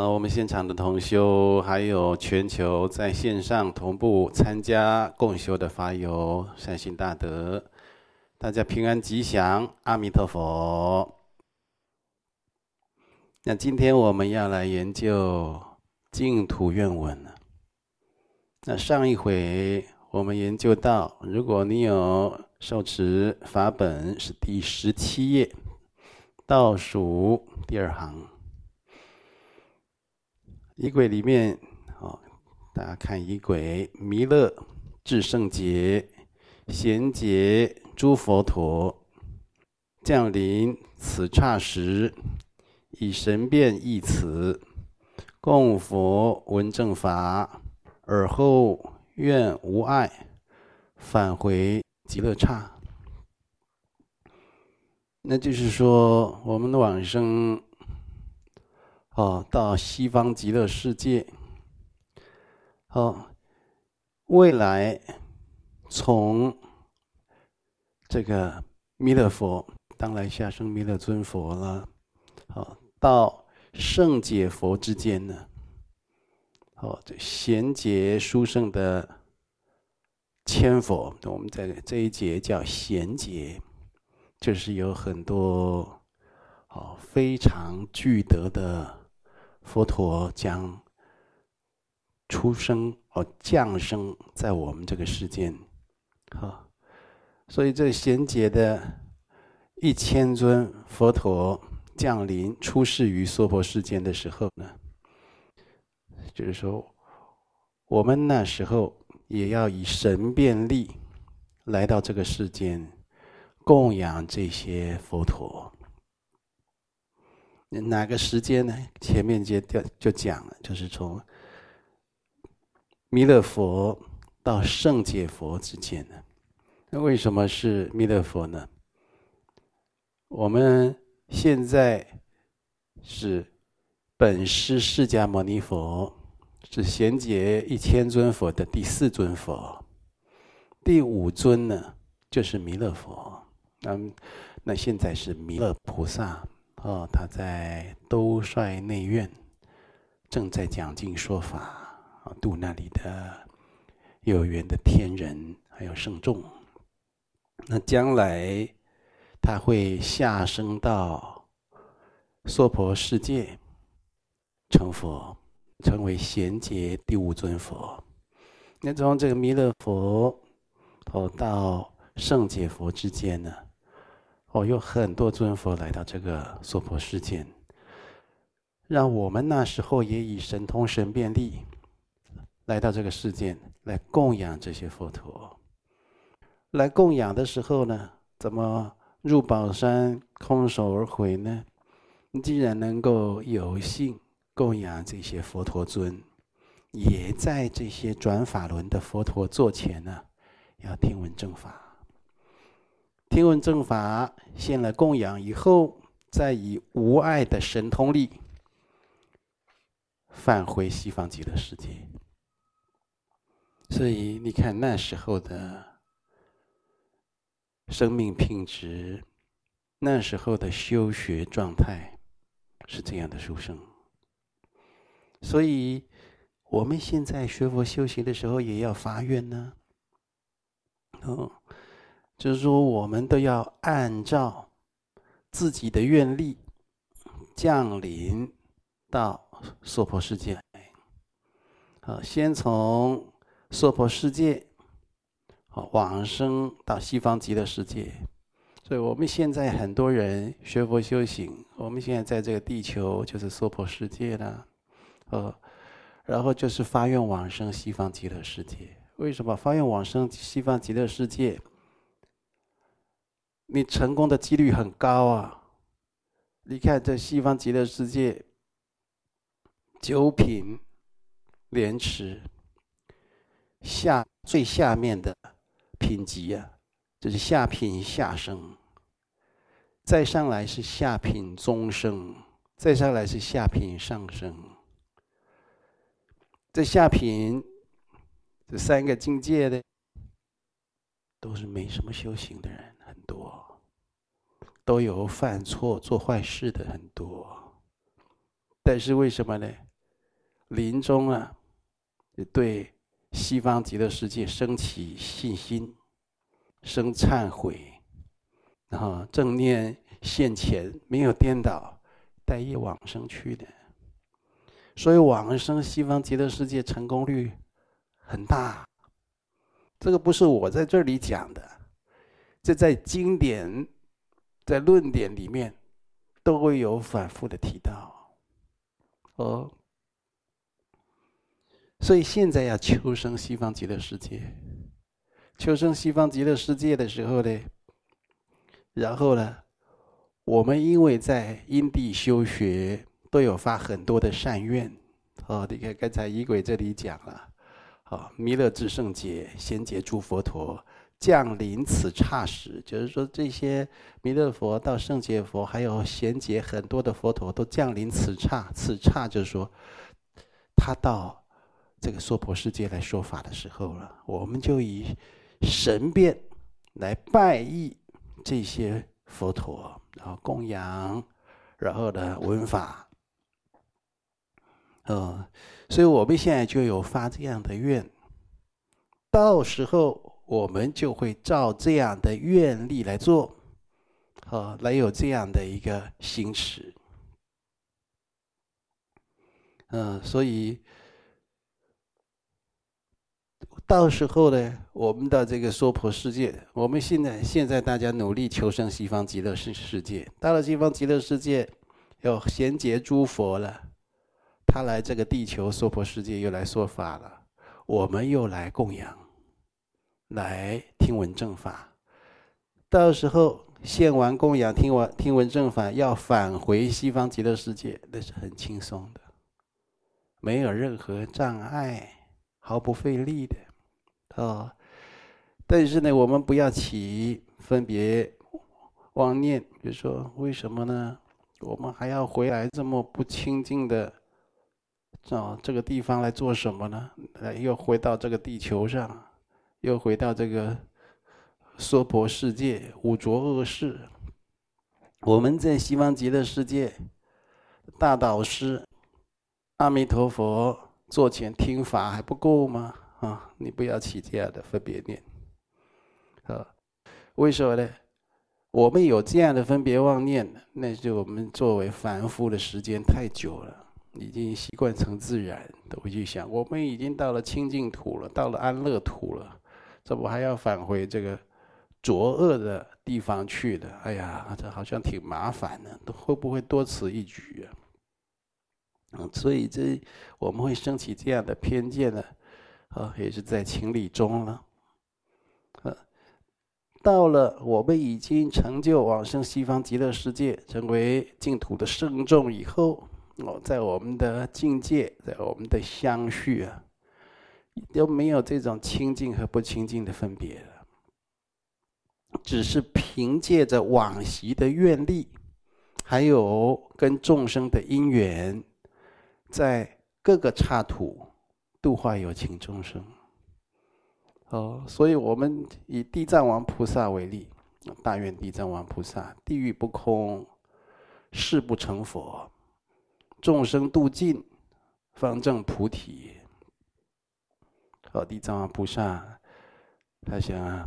我们现场的同修，还有全球在线上同步参加共修的法友，善心大德，大家平安吉祥，阿弥陀佛。那今天我们要来研究净土愿文了。那上一回我们研究到，如果你有受持法本，是第17页，倒数第2行。仪轨里面，大家看仪轨，弥勒至圣劫，贤劫诸佛陀，降临此刹时，以神变义词，供佛闻正法，尔后愿无碍，返回极乐刹。那就是说，我们往生到西方极乐世界，未来从这个弥勒佛，当来下生弥勒尊佛了，到圣解佛之间呢，这贤劫殊胜的千佛，我们在这一节叫贤劫，就是有很多非常具德的佛陀将出生降生在我们这个世间，所以这贤劫的1000尊佛陀降临出世于娑婆世间的时候呢，就是说我们那时候也要以神变力来到这个世间，供养这些佛陀。哪个时间呢？前面就讲了，就是从弥勒佛到圣解佛之间呢。那为什么是弥勒佛呢？我们现在是本师释迦牟尼佛，是贤劫1000尊佛的第4尊佛，第5尊呢就是弥勒佛。那现在是弥勒菩萨。他在兜率内院正在讲经说法，度那里的有缘的天人还有圣众。那将来他会下生到娑婆世界成佛，成为贤劫第5尊佛。那从这个弥勒佛到圣解佛之间呢，有很多尊佛来到这个娑婆世间，让我们那时候也以神通神变力来到这个世间，来供养这些佛陀。来供养的时候呢，怎么入宝山空手而回呢？既然能够有幸供养这些佛陀尊，也在这些转法轮的佛陀座前呢，要听闻正法。听闻正法，献了供养以后，再以无碍的神通力返回西方极乐世界。所以你看那时候的生命品质，那时候的修学状态是这样的殊胜。所以我们现在学佛修行的时候也要发愿呢，就是说我们都要按照自己的愿力降临到娑婆世界来。先从娑婆世界往生到西方极乐世界。所以我们现在很多人学佛修行，我们现在在这个地球就是娑婆世界了，然后就是发愿往生西方极乐世界。为什么发愿往生西方极乐世界？你成功的几率很高啊！你看这西方极乐世界，9品莲池，最下面的品级啊，就是下品下生，再上来是下品中生，再上来是下品上生。这下品这3个境界的，都是没什么修行的人很多，都有犯错做坏事的很多。但是为什么呢？ 临终啊，对西方极乐世界升起信心，生忏悔，然后正念现前，没有颠倒，带业往生去的。所以往生西方极乐世界成功率很大。这个不是我在这里讲的，这在经典、在论点里面都会有反复的提到。所以现在要求生西方极乐世界，求生西方极乐世界的时候呢，然后呢，我们因为在因地修学，都有发很多的善愿。你看刚才仪轨这里讲了，弥勒至圣劫，贤劫诸佛陀降临此刹时，就是说这些弥勒佛到圣劫佛，还有贤劫很多的佛陀都降临此刹。此刹就是说，他到这个娑婆世界来说法的时候了，我们就以神变来拜谒这些佛陀，然后供养，然后呢闻法。所以我们现在就有发这样的愿，到时候我们就会照这样的愿力来做，来有这样的一个行持。所以到时候呢，我们到这个娑婆世界，我们现在大家努力求生西方极乐世界，到了西方极乐世界，有贤劫诸佛了。他来这个地球娑婆世界又来说法了，我们又来供养，来听闻正法。到时候献完供养，听闻正法，要返回西方极乐世界，那是很轻松的，没有任何障碍，毫不费力的。但是呢，我们不要起分别妄念，比如说为什么呢？我们还要回来这么不清净的这个地方来做什么呢？又回到这个地球上，又回到这个娑婆世界五浊恶世。我们在西方极乐世界，大导师阿弥陀佛座前听法还不够吗？你不要起这样的分别念。为什么呢？我们有这样的分别妄念，那是我们作为凡夫的时间太久了。已经习惯成自然，都会去想，我们已经到了清净土了，到了安乐土了，这不还要返回这个浊恶的地方去的？哎呀，这好像挺麻烦的，会不会多此一举啊？所以我们会升起这样的偏见呢，也是在情理中了。到了我们已经成就往生西方极乐世界，成为净土的圣众以后，在我们的境界，在我们的相续都没有这种清净和不清净的分别了，只是凭借着往昔的愿力，还有跟众生的因缘，在各个刹土度化有情众生。所以我们以地藏王菩萨为例，大愿地藏王菩萨，地狱不空，誓不成佛，众生度尽，方证菩提。地藏王菩萨，他想，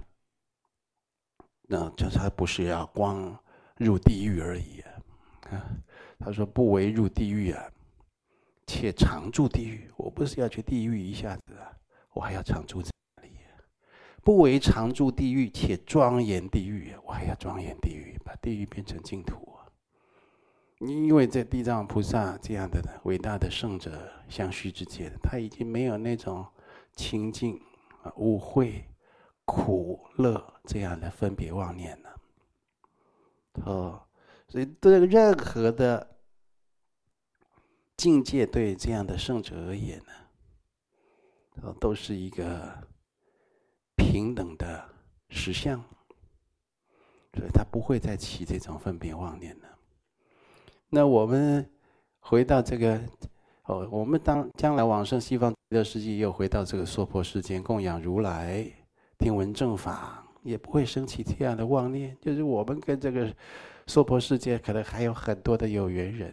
就他不是要光入地狱而已他说不为入地狱且常住地狱。我不是要去地狱一下子我还要常住这里不为常住地狱，且庄严地狱我还要庄严地狱，把地狱变成净土因为在地藏王菩萨这样的伟大的圣者相续之间，他已经没有那种清净、污秽、苦乐这样的分别妄念了。所以对任何的境界，对这样的圣者而言呢，都是一个平等的实相，所以他不会再起这种分别妄念了。那我们回到这个，我们将来往生西方极乐世界，又回到这个娑婆世间供养如来，听闻正法，也不会升起这样的妄念。就是我们跟这个娑婆世界可能还有很多的有缘人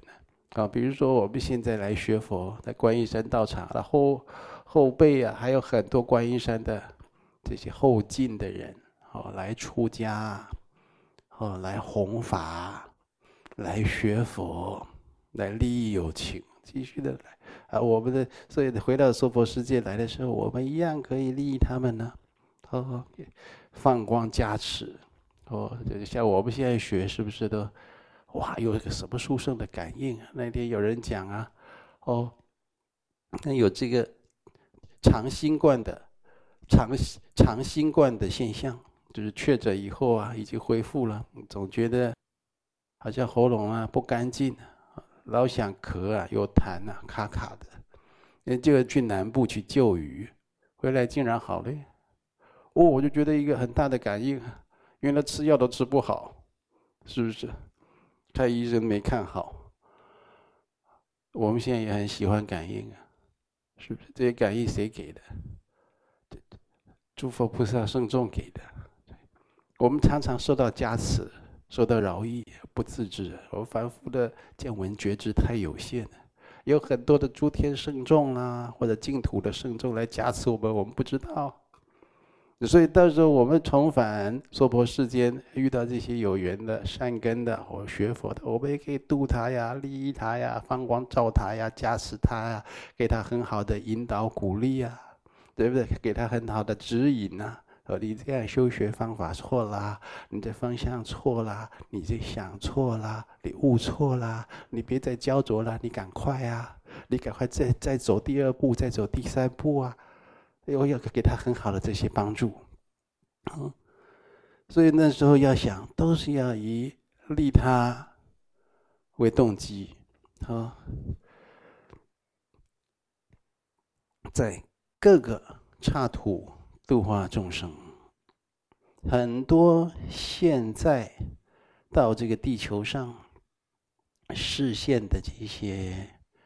比如说我们现在来学佛，在观音山道场，然后后辈啊，还有很多观音山的这些后进的人，来出家，来弘法，来学佛，来利益有情，继续的来我们的，所以回到娑婆世界来的时候，我们一样可以利益他们呢，放光加持，像我们现在学是不是都？哇，有一个什么殊胜的感应啊！那天有人讲啊，那有这个长新冠的长新冠的现象，就是确诊以后啊，已经恢复了，总觉得好像喉咙啊不干净，老想咳啊，有痰啊，卡卡的，就去南部去救鱼，回来竟然好了。我就觉得一个很大的感应，原来吃药都吃不好，是不是？看医生没看好，我们现在也很喜欢感应啊，是不是？这些感应谁给的？诸佛菩萨圣众给的。我们常常受到加持，受到饶益，不自知。我们凡夫的见闻觉知太有限了，有很多的诸天圣众啊，或者净土的圣众来加持我们，我们不知道。所以到时候我们重返娑婆世间，遇到这些有缘的善根的或学佛的，我们也可以度他呀，利益他呀，放光照他呀，加持他呀，给他很好的引导鼓励呀，对不对？给他很好的指引啊。你这样修学方法错啦，你的方向错啦，你这想错啦，你悟错啦，你别再焦灼了，你赶快啊，你赶快再走第二步，再走第三步啊。我要给他很好的这些帮助，所以那时候要想，都是要以利他为动机，在各个刹土度化众生。很多现在到这个地球上示现的这些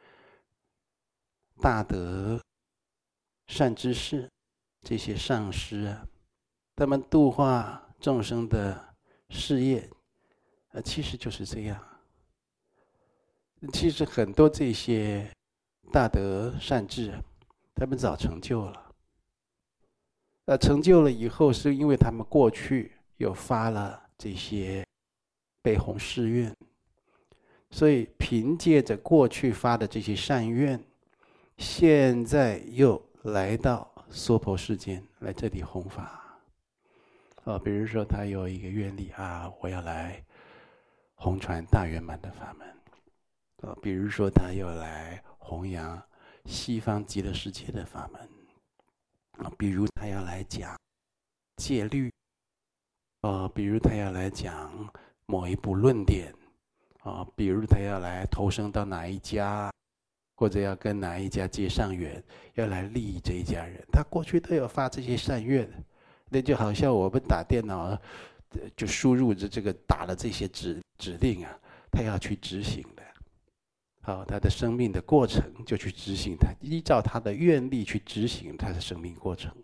大德善知识，这些上师啊，他们度化众生的事业，其实就是这样。其实很多这些大德善智，他们早成就了。成就了以后，是因为他们过去有发了这些悲弘誓愿，所以凭借着过去发的这些善愿，现在又来到娑婆世间来这里弘法。比如说他有一个愿力啊，我要来弘传大圆满的法门。比如说他要来弘扬西方极乐世界的法门。比如他要来讲戒律，比如他要来讲某一部论点，比如他要来投生到哪一家，或者要跟哪一家结上缘，要来利益这一家人，他过去都有发这些善愿，那就好像我们打电脑，就输入着这个打了这些指令啊，他要去执行的。他的生命的过程就去执行他，依照他的愿力去执行他的生命过程。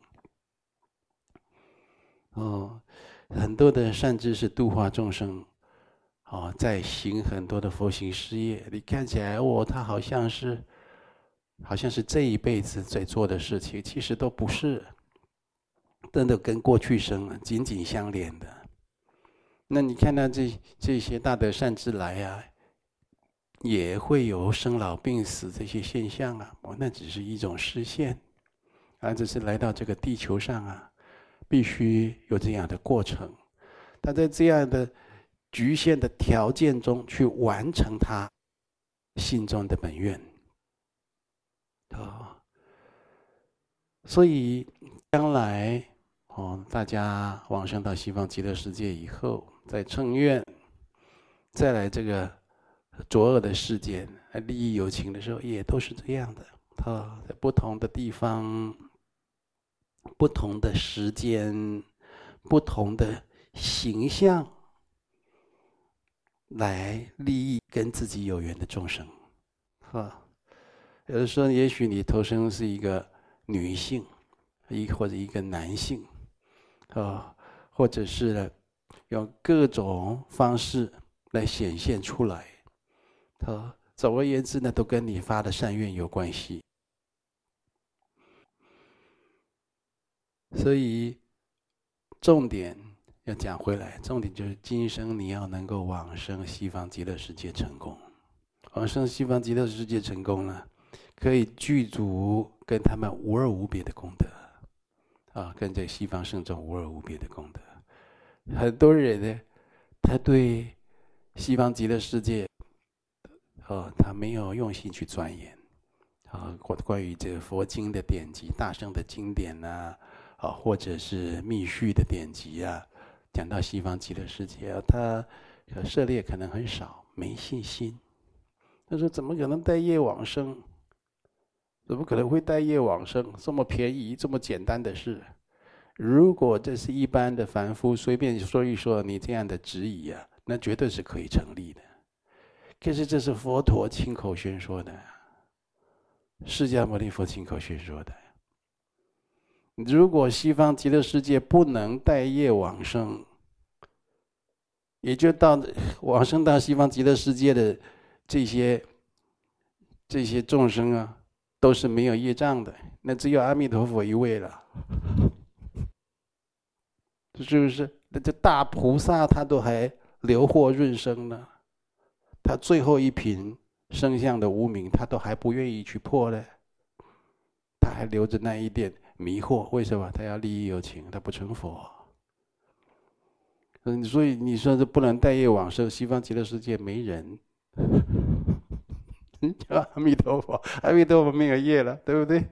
很多的善知识度化众生，在行很多的佛行事业。你看起来，他好像是这一辈子在做的事情，其实都不是，真的跟过去生紧紧相连的。那你看到这些大德善知来啊，也会有生老病死这些现象啊，那只是一种实现，只是来到这个地球上啊，必须有这样的过程。他在这样的局限的条件中去完成他心中的本愿。所以将来大家往生到西方极乐世界以后，在乘愿再来这个浊恶的世间利益有情的时候，也都是这样的。在不同的地方、不同的时间、不同的形象，来利益跟自己有缘的众生。有的时候，也许你投生是一个女性，或者一个男性，或者是用各种方式来显现出来。 总而言之呢，都跟你发的善愿有关系。所以重点要讲回来，重点就是今生你要能够往生西方极乐世界成功。往生西方极乐世界成功了，可以具足跟他们无二无别的功德啊，跟这西方圣众无二无别的功德。很多人呢，他对西方极乐世界他没有用心去钻研啊，关于这个佛经的典籍、大圣的经典啊，或者是密续的典籍啊，讲到西方极乐世界啊，他涉猎可能很少，没信心。他说：“怎么可能带业往生？怎么可能会带业往生？这么便宜、这么简单的事，如果这是一般的凡夫随便说一说，你这样的质疑啊，那绝对是可以成立的。可是这是佛陀亲口宣说的，释迦牟尼佛亲口宣说的。如果西方极乐世界不能带业往生，也就到往生到西方极乐世界的这些众生啊，都是没有业障的，那只有阿弥陀佛一位了，是不是？那这大菩萨他都还留获润生呢，他最后一品生相的无明，他都还不愿意去破呢，他还留着那一点迷惑，为什么？他要利益有情，他不成佛。所以你说这不能带业往生，西方极乐世界没人。叫阿弥陀佛，阿弥陀佛没有业了，对不对？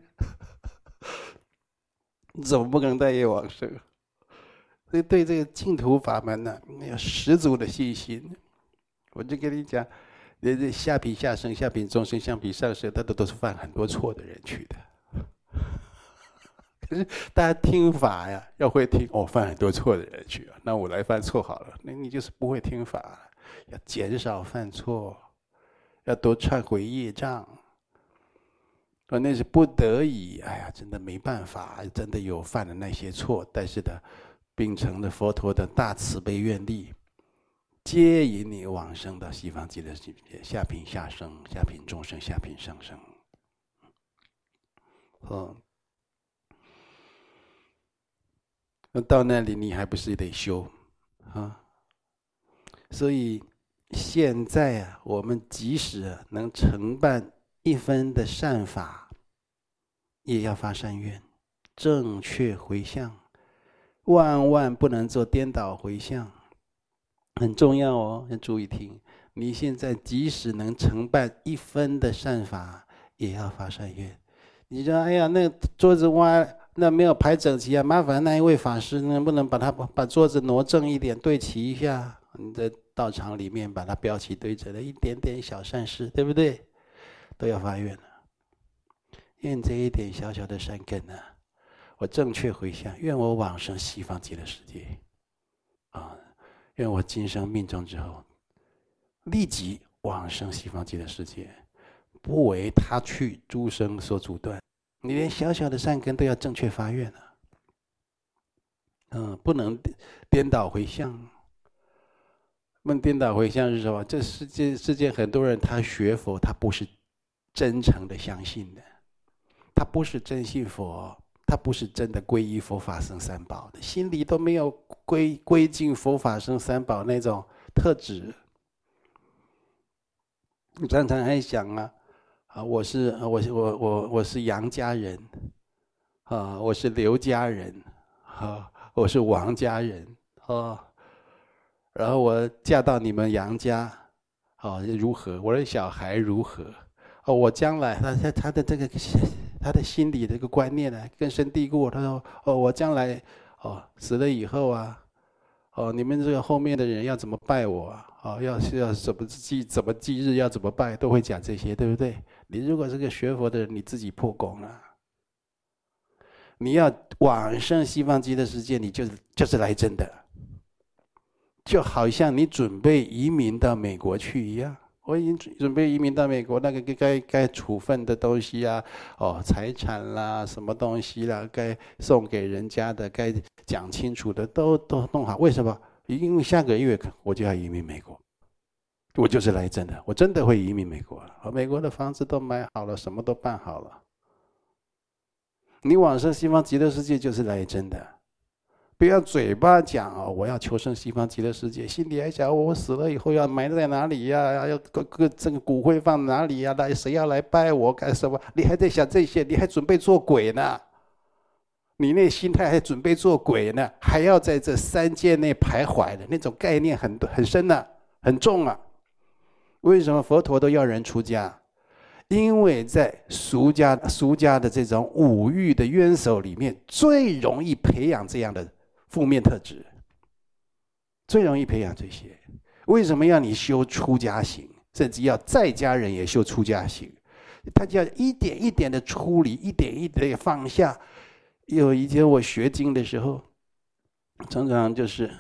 怎么不能带业往生？所以对这个净土法门呢，要十足的信心。我就跟你讲，这下品下生、下品中生、下品上生，他都是犯很多错的人去的。可是大家听法呀，要会听犯很多错的人去啊，那我来犯错好了。那你就是不会听法，要减少犯错，要多忏悔业障。那是不得已，哎呀，真的没办法，真的有犯了那些错，但是呢，秉承了佛陀的大慈悲愿力，接引你往生到西方极乐世界，下品下生、下品中生、下品上生。到那里你还不是得修啊？所以现在啊，我们即使能承办一分的善法，也要发善愿，正确回向，万万不能做颠倒回向，很重要哦，要注意听。你现在即使能承办一分的善法，也要发善愿。你说，哎呀，那桌子那没有排整齐啊，麻烦那一位法师能不能把桌子挪正一点，对齐一下？你在道场里面把它标齐对折的一点点小善事，对不对？都要发愿了。愿这一点小小的善根呢，我正确回向，愿我往生西方极乐世界啊！愿我今生命中之后，立即往生西方极乐世界，不为他去诸生所阻断。你连小小的善根都要正确发愿啊！不能颠倒回向。颠倒回向是什么？这世界很多人他学佛，他不是真诚的相信的，他不是真信佛，他不是真的皈依佛法僧三宝的，心里都没有归敬佛法僧三宝那种特质。你常常还想我是杨家人我是刘家人我是王家人然后我嫁到你们杨家如何？我的小孩如何？我将来他的这个他的心理这个观念呢根深蒂固。他说我将来死了以后你们这个后面的人要怎么拜我要怎么祭日，要怎么拜，都会讲这些，对不对？你如果是个学佛的人，你自己破功了。你要往生西方极乐世界，你就是来真的，就好像你准备移民到美国去一样。我已经准备移民到美国，那个该处分的东西财产啦，什么东西啦，该送给人家的，该讲清楚的都弄好。为什么？因为下个月我就要移民美国。 我就是来真的，我真的会移民美国了。美国的房子都买好了，什么都办好了。你往生西方极乐世界就是来真的，不要嘴巴讲哦，我要求生西方极乐世界，心里还想我死了以后要埋在哪里呀？要这个骨灰放哪里呀？谁要来拜我干什么？你还在想这些，你还准备做鬼呢？你那心态还准备做鬼呢？还要在这三界内徘徊的那种概念很深呢，很重啊。为什么佛陀都要人出家？因为在俗家的这种五欲的冤手里面，最容易培养这样的负面特质，最容易培养这些。为什么要你修出家行，甚至要在家人也修出家行？他就要一点一点的处理，一点一点的放下。有一天我学经的时候，常常就是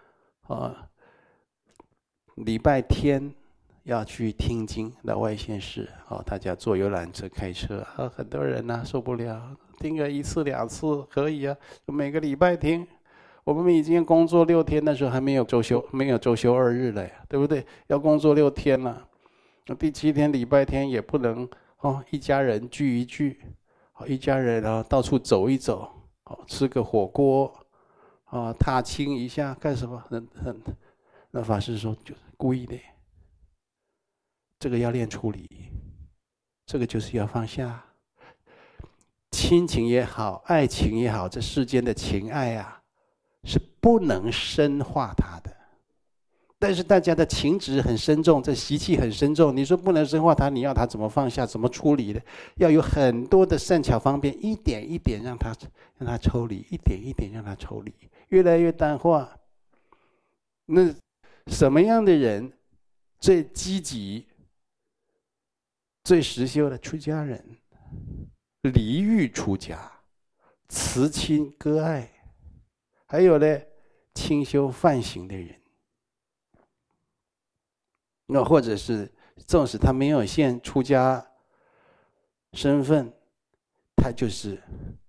礼拜天要去听经，到外县市大家坐游览车开车很多人呢受不了，听个1次2次可以啊，每个礼拜听。我们已经工作6天，那时候还没有周休2日了呀，对不对？要工作6天了，第7天礼拜天也不能一家人聚一聚，一家人到处走一走，吃个火锅踏青一下干什么？那法师说就是故意的。这个要练处理，这个就是要放下。亲情也好，爱情也好，这世间的情爱啊，是不能深化它的。但是大家的情执很深重，这习气很深重，你说不能深化它，你要它怎么放下，怎么处理的？要有很多的善巧方便，一点一点让它抽离，一点一点让它抽离，越来越淡化。那什么样的人最积极？最实修的出家人，离欲出家，慈亲割爱，还有呢，清修梵行的人。那或者是纵使他没有现出家身份，他就是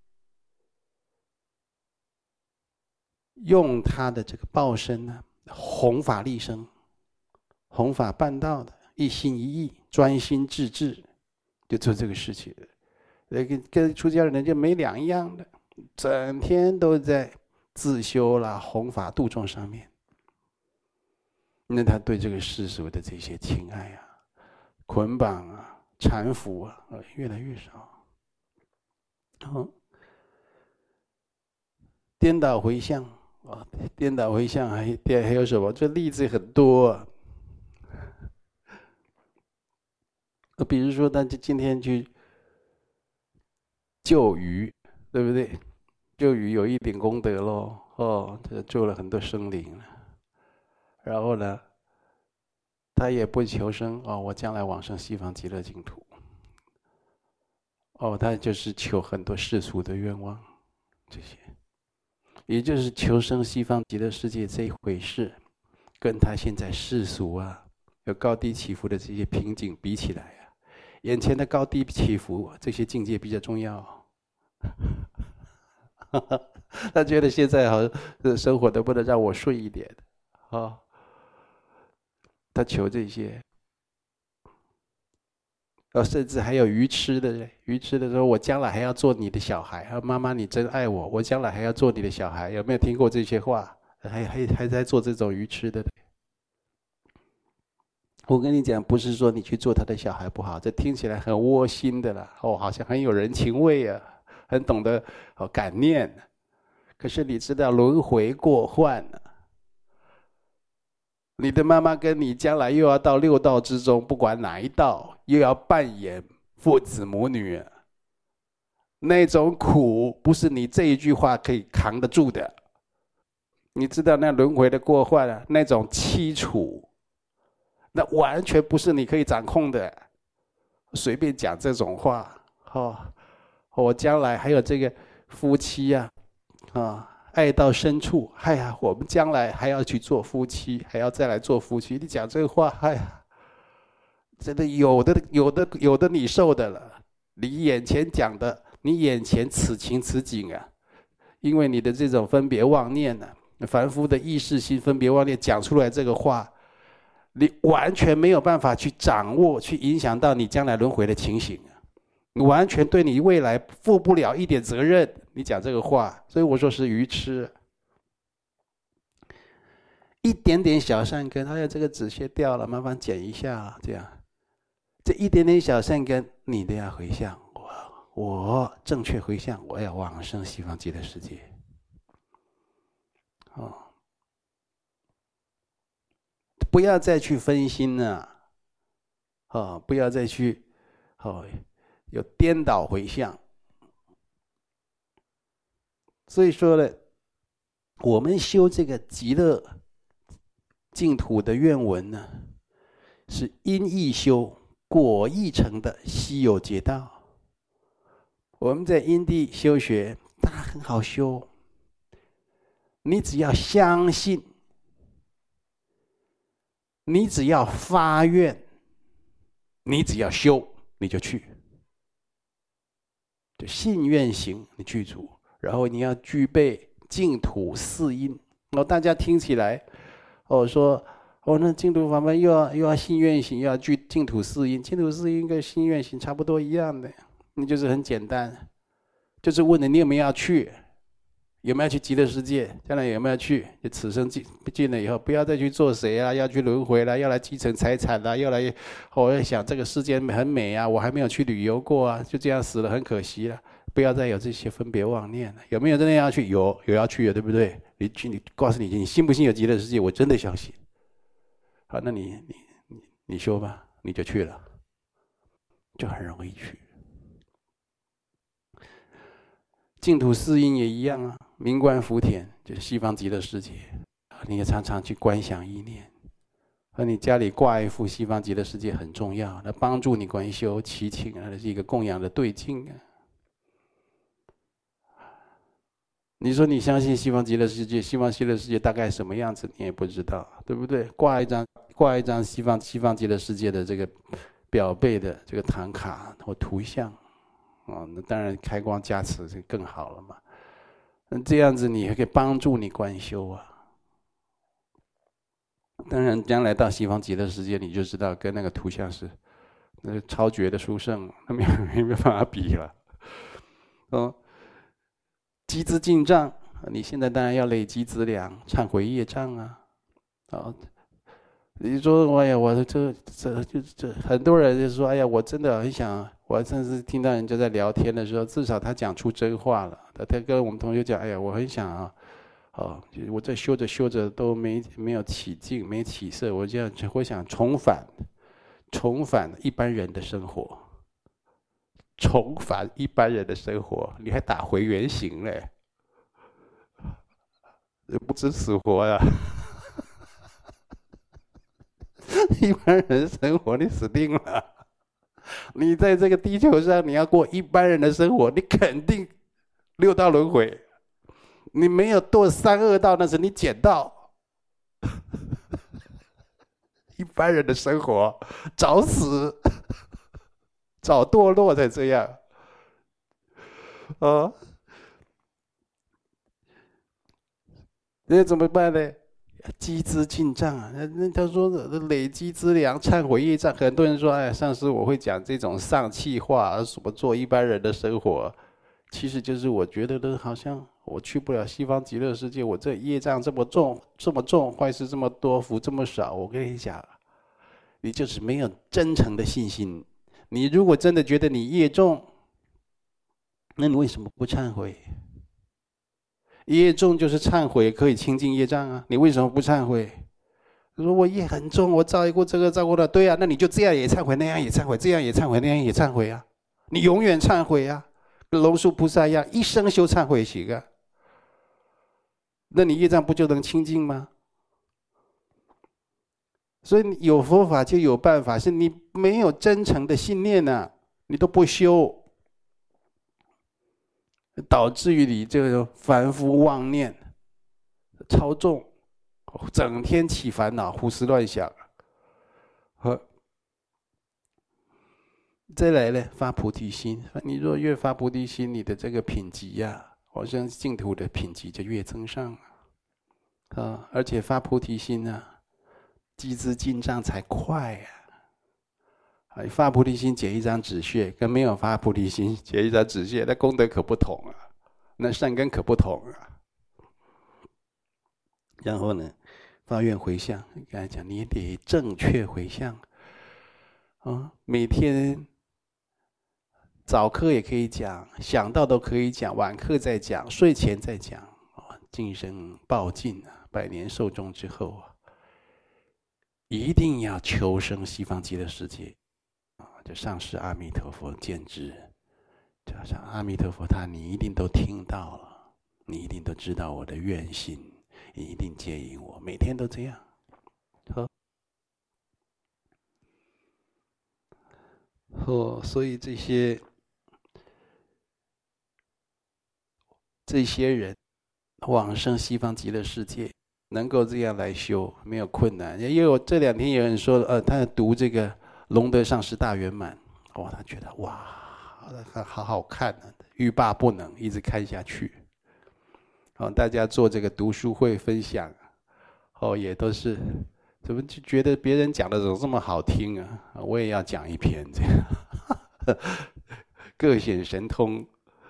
用他的这个报身呢，弘法利生，弘法办道的，一心一意，专心致志，就做这个事情。跟出家人就没两样的，整天都在自修啦、弘法度众上面。那他对这个世俗的这些情爱啊、捆绑啊、缠缚啊，越来越少。颠倒回向啊，颠倒回向还有什么？这例子很多啊。比如说，他今天去救鱼，对不对？救鱼有一点功德咯，这救了很多生灵了。然后呢，他也不求生我将来往生西方极乐净土。他就是求很多世俗的愿望，这些，也就是求生西方极乐世界这一回事，跟他现在世俗啊有高低起伏的这些瓶颈比起来啊，眼前的高低起伏这些境界比较重要。他觉得现在好像生活都不能让我顺一点他求这些，甚至还有愚痴的，愚痴的说：“我将来还要做你的小孩。”妈妈，你真爱我，我将来还要做你的小孩。有没有听过这些话？还在做这种愚痴的？我跟你讲，不是说你去做他的小孩不好，这听起来很窝心的啦。好像很有人情味啊，很懂得感念。可是你知道轮回过患啊。你的妈妈跟你将来又要到6道之中，不管哪一道，又要扮演父子母女，那种苦不是你这一句话可以扛得住的。你知道那轮回的过患啊，那种凄楚，那完全不是你可以掌控的。随便讲这种话我将来还有这个夫妻爱到深处，我们将来还要去做夫妻，还要再来做夫妻。你讲这个话，真的有的你受的了。你眼前讲的，你眼前此情此景啊，因为你的这种分别妄念凡夫的意识心分别妄念讲出来这个话， 你完全没有办法去掌握、去影响到你将来轮回的情形，你完全对你未来负不了一点责任。你讲这个话，所以我说是愚痴。一点点小善根，哎呀，这个纸屑掉了，麻烦捡一下，这样，这一点点小善根，你都要回向。我正确回向，我要往生西方极乐世界。哦，不要再去分心了，哦，不要再去，哦，有颠倒回向。所以说呢，我们修这个极乐净土的愿文呢，是因义修，果义成的稀有劫道。我们在因地修学，它很好修，你只要相信，你只要发愿，你只要修，你就去，就信愿行，你具足。然后你要具备净土四因。大家听起来，说那净土法门又要信愿行，又要具净土四因。净土四因跟信愿行差不多一样的，你就是很简单，就是问你有没有要去，有没有去极乐世界，将来有没有去？就此生尽了以后，不要再去做谁啊，要去轮回啦，要来继承财产啦，要来我在想这个世界很美啊，我还没有去旅游过啊，就这样死了很可惜了。不要再有这些分别妄念了。有没有真的要去？有要去的，对不对？你告诉你信不信有极乐世界？我真的相信。好，那你修吧，你就去了，就很容易去。净土四因也一样啊，明观福田就是西方极乐世界，你也常常去观想意念。和你家里挂一幅西方极乐世界很重要，那帮助你观修祈请啊，是一个供养的对境啊。你说你相信西方极乐世界，西方极乐世界大概什么样子，你也不知道，对不对？挂一张西方极乐世界的这个表背的这个唐卡或图像，那当然开光加持就更好了嘛。这样子你还可以帮助你观修啊。当然，将来到西方极乐世界，你就知道跟那个图像是那个超绝的殊胜，那没办法比了。积资净障，你现在当然要累积资粮，忏悔业障啊。你说，哎呀，我这很多人就说，哎呀，我真的很想，我甚至听到人家在聊天的时候，至少他讲出真话了。他跟我们同学讲，哎呀，我很想啊，我在修着修着都没有起劲，没起色，我想重返一般人的生活。重返一般人的生活，你还打回原形嘞，不知死活呀！一般人生活，你死定了。你在这个地球上，你要过一般人的生活，你肯定六道轮回。你没有堕三恶道，那是你捡到。一般人的生活，找死。早堕落才这样，那怎么办呢？积资净障啊！那他说累积资粮、忏悔业障。很多人说：“哎，上师我会讲这种丧气话，什么做一般人的生活。”其实就是我觉得的，好像我去不了西方极乐世界，我这业障这么重，坏事这么多，福这么少。我跟你讲，你就是没有真诚的信心。你如果真的觉得你业重，那你为什么不忏悔？业重就是忏悔可以清净业障啊，你为什么不忏悔？他说我业很重，我造过这个造过那，对啊，那你就这样也忏悔，那样也忏悔，这样也忏悔，那样也忏悔啊，你永远忏悔啊，跟龙树菩萨一样，一生修忏悔行啊，那你业障不就能清净吗？所以有佛法就有办法，是你没有真诚的信念啊，你都不修，导致于你这个凡夫妄念超重，整天起烦恼，胡思乱想。再来呢，发菩提心。你若越发菩提心，你的这个品级呀，好像净土的品级就越增上而且发菩提心啊。 积资进账才快呀！发菩提心解一张纸屑，跟没有发菩提心解一张纸屑，那功德可不同啊，那善根可不同啊。然后呢，发愿回向，刚才讲你得正确回向每天早课也可以讲，想到都可以讲，晚课再讲，睡前再讲尽生报尽百年寿终之后一定要求生西方极乐世界就上师阿弥陀佛见之，就好像阿弥陀佛你一定都听到了，你一定都知道我的愿心，你一定接引我，每天都这样。所以这些人往生西方极乐世界，能够这样来修，没有困难。因为我这2天有人说，他读这个龙德上师大圆满，他觉得哇，好好看欲罢不能，一直看下去。大家做这个读书会分享，也都是怎么就觉得别人讲的怎么这么好听啊？我也要讲一篇这样，各显神通。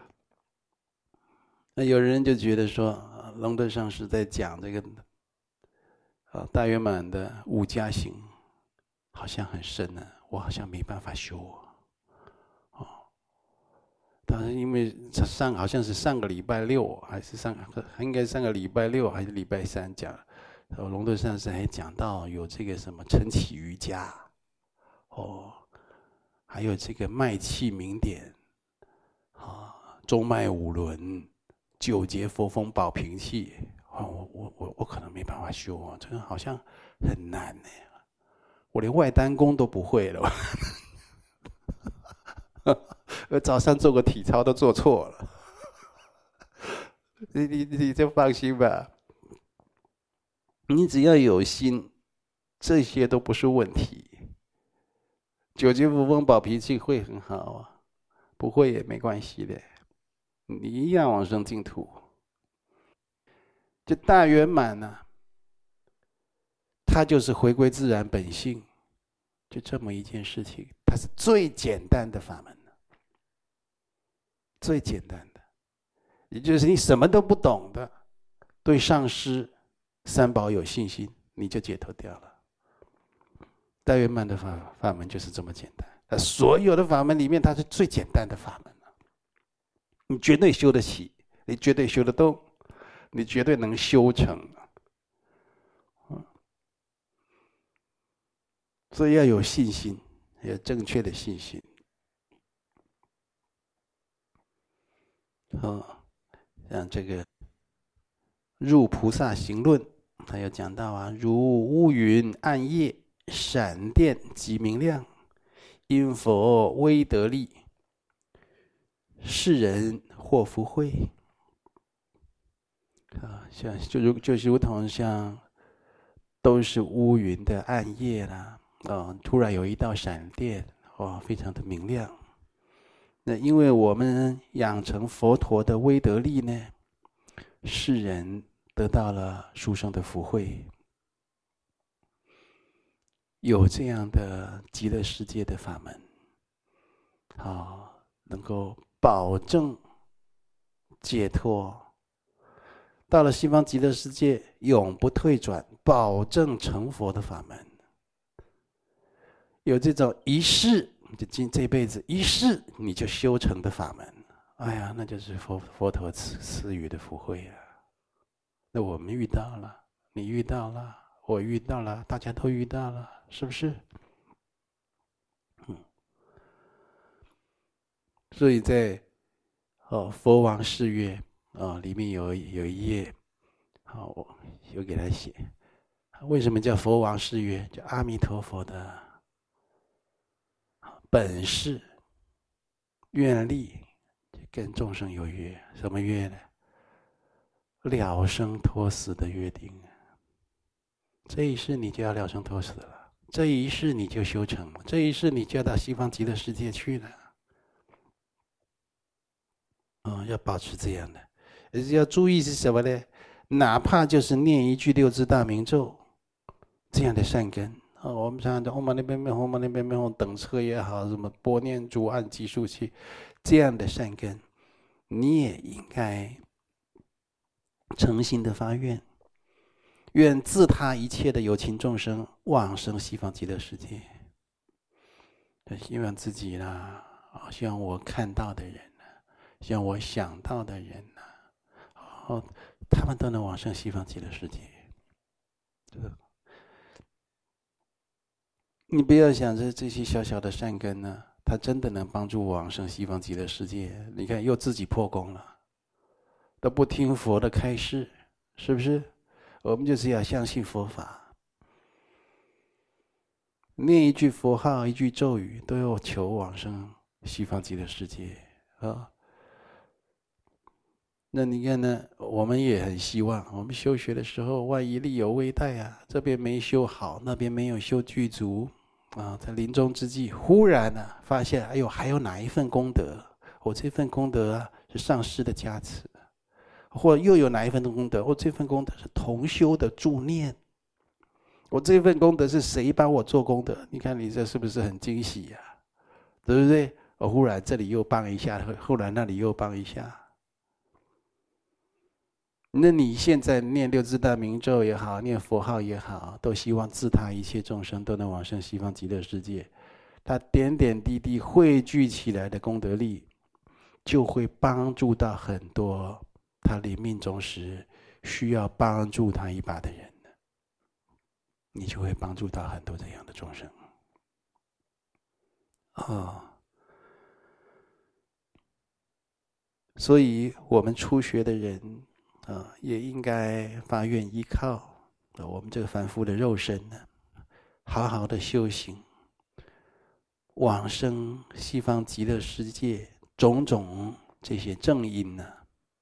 那有人就觉得说，龙德上师在讲这个大圆满的5加行，好像很深我好像没办法修但是因为好像是上个礼拜六还是应该上个礼拜六还是礼拜3讲，龙德上师还讲到有这个什么晨起瑜伽还有这个脉气明点中脉5轮9节佛风保平气我可能没办法修这个好像很难我连外丹功都不会了早上做个体操都做错了你就放心吧，你只要有心，这些都不是问题。9节佛风保脾气会很好不会也没关系的，你一样往生净土。这大圆满它就是回归自然本性，就这么一件事情，它是最简单的法门最简单的，也就是你什么都不懂的，对上师三宝有信心，你就解脱掉了。大圆满的法门就是这么简单，所有的法门里面，它是最简单的法门你绝对修得起，你绝对修得动，你绝对能修成所以要有信心，要有正确的信心像这个入菩萨行论，他有讲到如乌云暗夜，闪电即明亮，因佛威德力，世人获福慧就如同像都是乌云的暗夜啦突然有一道闪电非常的明亮。那因为我们养成佛陀的威德力呢，世人得到了殊胜的福慧，有这样的极乐世界的法门能够保证解脱，到了西方极乐世界永不退转，保证成佛的法门。有这种一世就这辈子一世你就修成的法门，哎呀，那就是佛陀赐予的福慧那我们遇到了，你遇到了，我遇到了，大家都遇到了，是不是？所以在佛王誓约里面有一页我有给他写，为什么叫佛王誓约？就阿弥陀佛的本誓愿力跟众生有约，什么约呢？了生脱死的约定。这一世你就要了生脱死了，这一世你就修成了，这一世你就要到西方极乐世界去了。要保持这样的，要注意是什么呢？哪怕就是念一句6字大明咒， 这样的善根。我们常常讲，那边没红，那边没红，等车也好，什么拨念珠按计数器，这样的善根，你也应该诚心的发愿，愿自他一切的有情众生往生西方极乐世界。希望自己啦，希望我看到的人呢，希望我想到的人呢，他们都能往生西方极乐世界。你不要想着这些小小的善根呢，它真的能帮助我往生西方极乐世界。你看，又自己破功了，都不听佛的开示，是不是？我们就是要相信佛法，念一句佛号，一句咒语，都要求往生西方极乐世界啊。那你看呢？我们也很希望，我们修学的时候，万一力有未逮啊，这边没修好，那边没有修具足啊，在临终之际，忽然呢，发现，哎呦，还有哪一份功德？我这份功德啊，是上师的加持，或又有哪一份功德？我这份功德是同修的助念，我这份功德是谁帮我做功德？你看你这是不是很惊喜呀？对不对？我忽然这里又帮一下，忽然那里又帮一下。那你现在念六字大明咒也好，念佛号也好，都希望自他一切众生都能往生西方极乐世界。他点点滴滴汇聚起来的功德力，就会帮助到很多他临命终时需要帮助他一把的人，你就会帮助到很多这样的众生。所以我们初学的人也应该发愿依靠我们这个凡夫的肉身呢，好好的修行，往生西方极乐世界种种这些正因呢，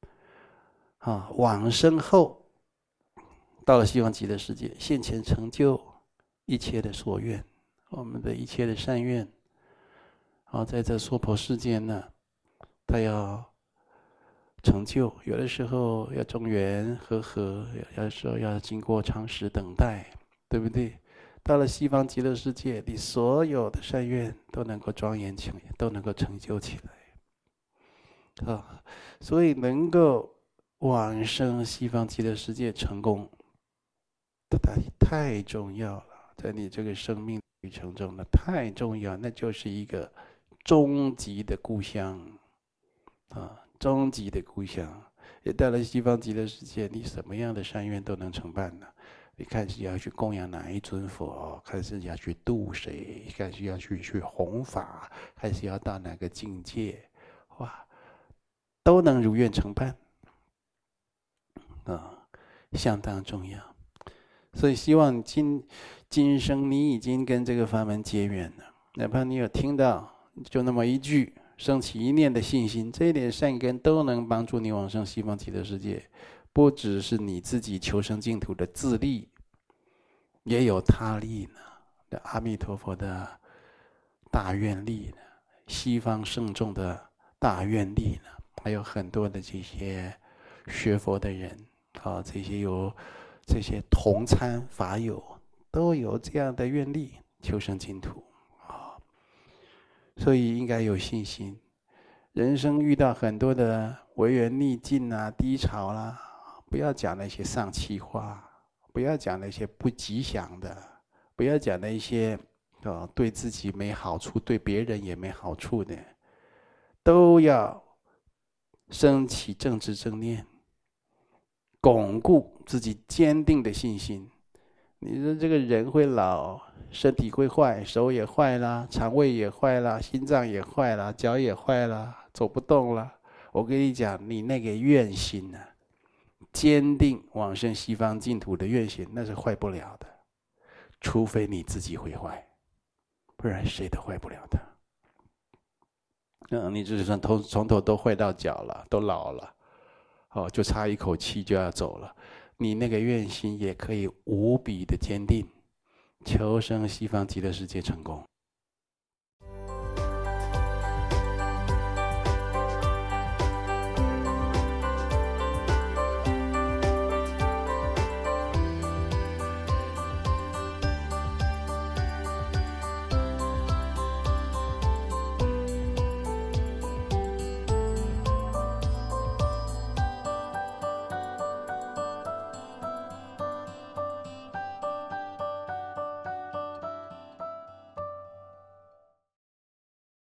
往生后到了西方极乐世界，现前成就一切的所愿，我们的一切的善愿，在这娑婆世界呢，他要成就，有的时候要中原和合，有的时候要经过长时等待，对不对？到了西方极乐世界，你所有的善愿都能够庄严起来，都能够成就起来。所以能够往生西方极乐世界成功，太重要了，在你这个生命旅程中呢，太重要，那就是一个终极的故乡终极的故乡。也到了西方极乐世界，你什么样的善愿都能成办呢？你看是要去供养哪一尊佛，看是要去度谁，看是要去弘法，还是要到哪个境界，哇，都能如愿成办相当重要。所以希望今生你已经跟这个法门结缘了，哪怕你有听到就那么一句，升起一念的信心，这一点善根都能帮助你往生西方极乐世界。不只是你自己求生净土的自利，也有他利呢。阿弥陀佛的大愿力呢，西方圣众的大愿力呢，还有很多的这些学佛的人这些同参法友都有这样的愿力求生净土所以应该有信心。人生遇到很多的违缘逆境低潮啦，不要讲那些丧气话，不要讲那些不吉祥的，不要讲那些对自己没好处，对别人也没好处的，都要升起正知正念，巩固自己坚定的信心。你说这个人会老，身体会坏，手也坏了，肠胃也坏了，心脏也坏了，脚也坏了，走不动了。我跟你讲，你那个愿心坚定往生西方净土的愿心，那是坏不了的，除非你自己会坏，不然谁都坏不了的。你就算从头都坏到脚了，都老了，就差一口气就要走了，你那个愿心也可以无比的坚定，求生西方极乐世界成功。